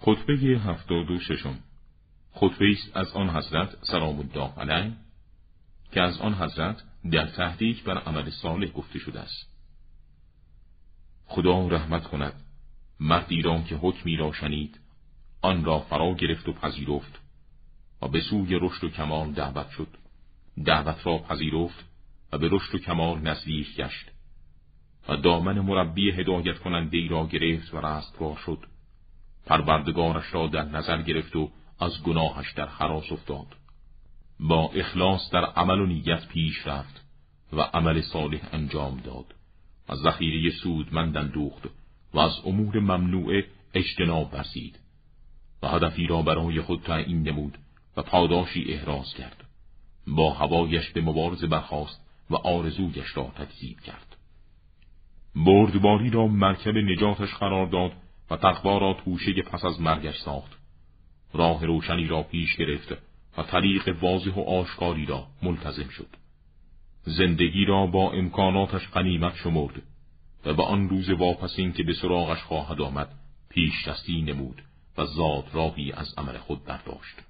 خطبه 76 خطبه است از آن حضرت سلام الله علیه که از آن حضرت در تهدید بر عمل صالح گفته شده است. خدا رحمت کند مردی را که حکمی را شنید، آن را فرا گرفت و پذیرفت و به سوی رشد و کمال دعوت شد، دعوت را پذیرفت و به رشد و کمال نزدیک گشت و دامن مربی هدایت کننده‌ای را گرفت و رستگار شد، پروردگارش را در نظر گرفت و از گناهش در هراس افتاد، با اخلاص در عمل و نیت پیش رفت و عمل صالح انجام داد و ذخیره سودمند اندوخت و از امور ممنوعه اجتناب ورزید و هدفی را برای خود تعیین نمود و پاداشی احراز کرد، با هوایش به مبارزه برخاست و آرزویش را تکذیب کرد. بردباری را مرکب نجاتش قرار داد و تقوا را توشه پس از مرگش ساخت، راه روشنی را پیش گرفت و طریق واضح و آشکاری را ملتزم شد. زندگی را با امکاناتش غنیمت شمرد و به آن روز واپسین که به سراغش خواهد آمد پیش دستی نمود و زاد راهی از عمل خود برداشت.